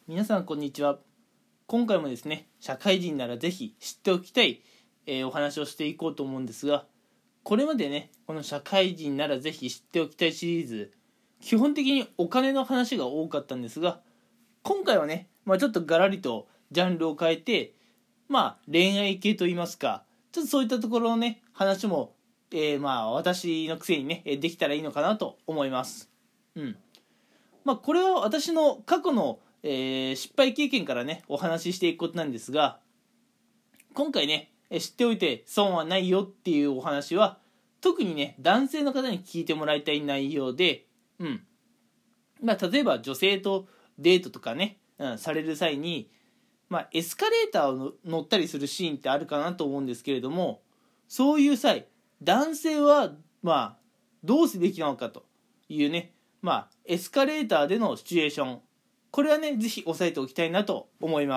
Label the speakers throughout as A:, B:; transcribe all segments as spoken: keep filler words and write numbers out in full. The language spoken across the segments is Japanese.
A: 皆さんこんにちは。今回もですね、社会人ならぜひ知っておきたい、えーお話をしていこうと思うんですが、これまでね、この社会人ならぜひ知っておきたいシリーズ、基本的にお金の話が多かったんですが、今回はね、まあ、ちょっとガラリとジャンルを変えて、まあ恋愛系といいますか、ちょっとそういったところのね、話も、えーまあ私のくせにね、できたらいいのかなと思います。うん。まあこれは私の過去のえー失敗経験からねお話ししていくことなんですが、今回ね知っておいて損はないよっていうお話は特にね男性の方に聞いてもらいたい内容で、うんまあ、例えば女性とデートとかね、うん、される際に、まあ、エスカレーターを乗ったりするシーンってあるかなと思うんですけれども、そういう際男性はまあどうすべきなのかというね、まあ、エスカレーターでのシチュエーション、これはねぜひ押さえておきたいなと思います。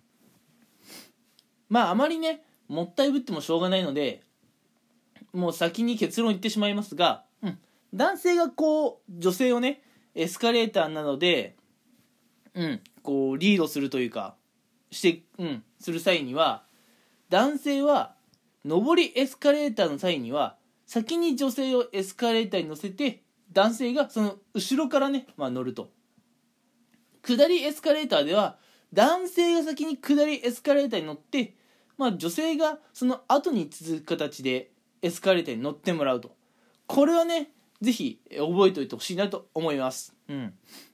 A: まああまりねもったいぶってもしょうがないので、もう先に結論言ってしまいますが、うん、男性がこう女性をねエスカレーターなどで、うん、こうリードするというかして、うん、する際には、男性は上りエスカレーターの際には先に女性をエスカレーターに乗せて、男性がその後ろからね、まあ、乗ると。下りエスカレーターでは男性が先に下りエスカレーターに乗って、まあ、女性がその後に続く形でエスカレーターに乗ってもらうと。これはねぜひ覚えておいてほしいなと思います。うん、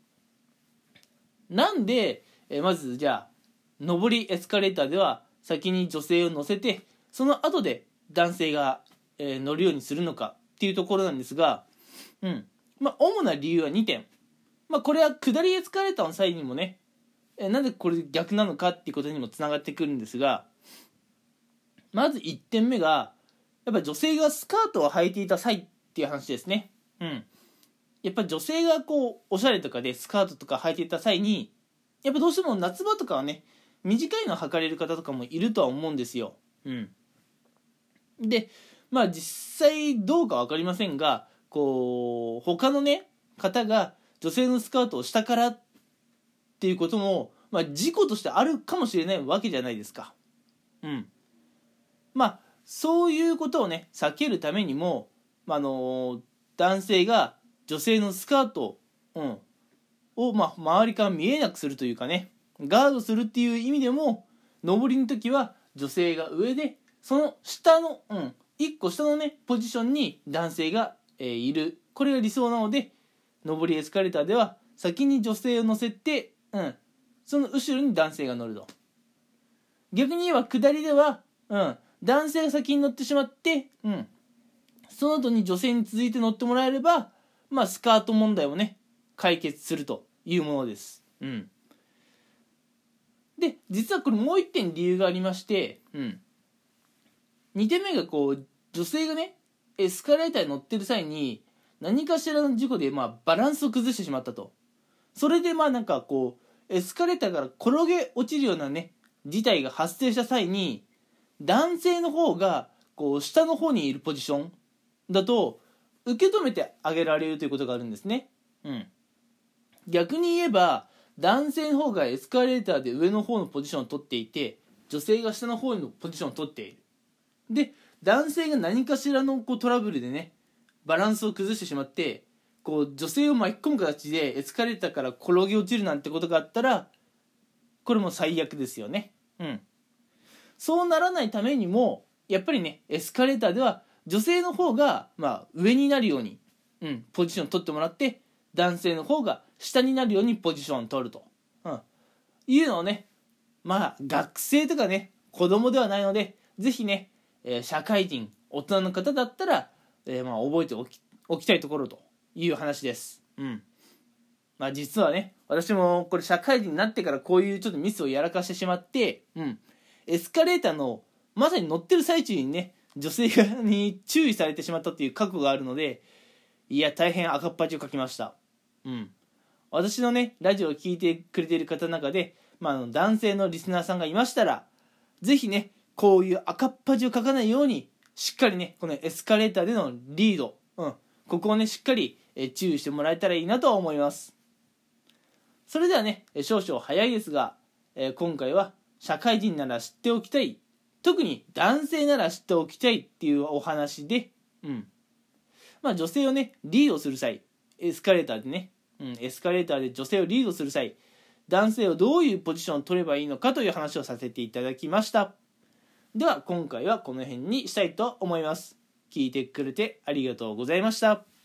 A: なんでえまずじゃあ上りエスカレーターでは先に女性を乗せて、その後で男性が、えー乗るようにするのかっていうところなんですが、うんまあ、主な理由はにてん。まあ、これは下りエスカレーターの際にもね、えなぜこれ逆なのかっていうことにもつながってくるんですが、まずいってんめがやっぱり女性がスカートを履いていた際っていう話ですね。うん、やっぱり女性がこうおしゃれとかでスカートとか履いていた際に、やっぱどうしても夏場とかはね短いの履かれる方とかもいるとは思うんですよ。うん、でまあ実際どうか分かりませんが、こう他のね方が女性のスカートを下からっていうことも、まあ、事故としてあるかもしれないわけじゃないですか。うん、まあそういうことをね避けるためにも、まあ、あの男性が女性のスカート、うん、を、まあ、周りから見えなくするというかね、ガードするっていう意味でも、上りの時は女性が上で、その下の、うん、いっこ下のねポジションに男性が、えーいる、これが理想なので、上りエスカレーターでは先に女性を乗せて、うん、その後ろに男性が乗ると。逆に言えば下りでは、うん、男性が先に乗ってしまって、うん、その後に女性に続いて乗ってもらえれば、まあ、スカート問題をね解決するというものです。うん、で実はこれもう一点理由がありまして、うん、にてんめがこう女性がねエスカレーターに乗ってる際に何かしらの事故で、まあ、バランスを崩してしまったと。それでまあなんかこうエスカレーターから転げ落ちるようなね事態が発生した際に、男性の方がこう下の方にいるポジションだと受け止めてあげられるということがあるんですね。うん、逆に言えば男性の方がエスカレーターで上の方のポジションを取っていて、女性が下の方のポジションを取っている。で男性が何かしらのこうトラブルでねバランスを崩してしまって、こう女性を巻き込む形でエスカレーターから転げ落ちるなんてことがあったら、これも最悪ですよね。うん、そうならないためにもやっぱりねエスカレーターでは女性の方が、まあ、上になるように、うん、ポジションを取ってもらって、男性の方が下になるようにポジションを取ると、うん、いうのをね、まあ学生とかね子供ではないので、ぜひね、えー社会人大人の方だったら、えーまあ、覚えておき、おきたいところという話です。うんまあ、実はね私もこれ社会人になってからこういうちょっとミスをやらかしてしまって、うん、エスカレーターのまさに乗ってる最中にね女性に注意されてしまったっていう過去があるので、いや大変赤っ恥をかきました。うん、私のねラジオを聞いてくれている方の中で、まあ、あの男性のリスナーさんがいましたら、ぜひねこういう赤っ恥をかかないようにしっかりねこのエスカレーターでのリード、うん、ここをねしっかり注意してもらえたらいいなとは思います。 それではね、少々早いですが、えー今回は社会人なら知っておきたい、特に男性なら知っておきたいっていうお話で、うんまあ、女性をねリードする際、エスカレーターでね、うん、エスカレーターで女性をリードする際、男性をどういうポジションを取ればいいのかという話をさせていただきました。では今回はこの辺にしたいと思います。聞いてくれてありがとうございました。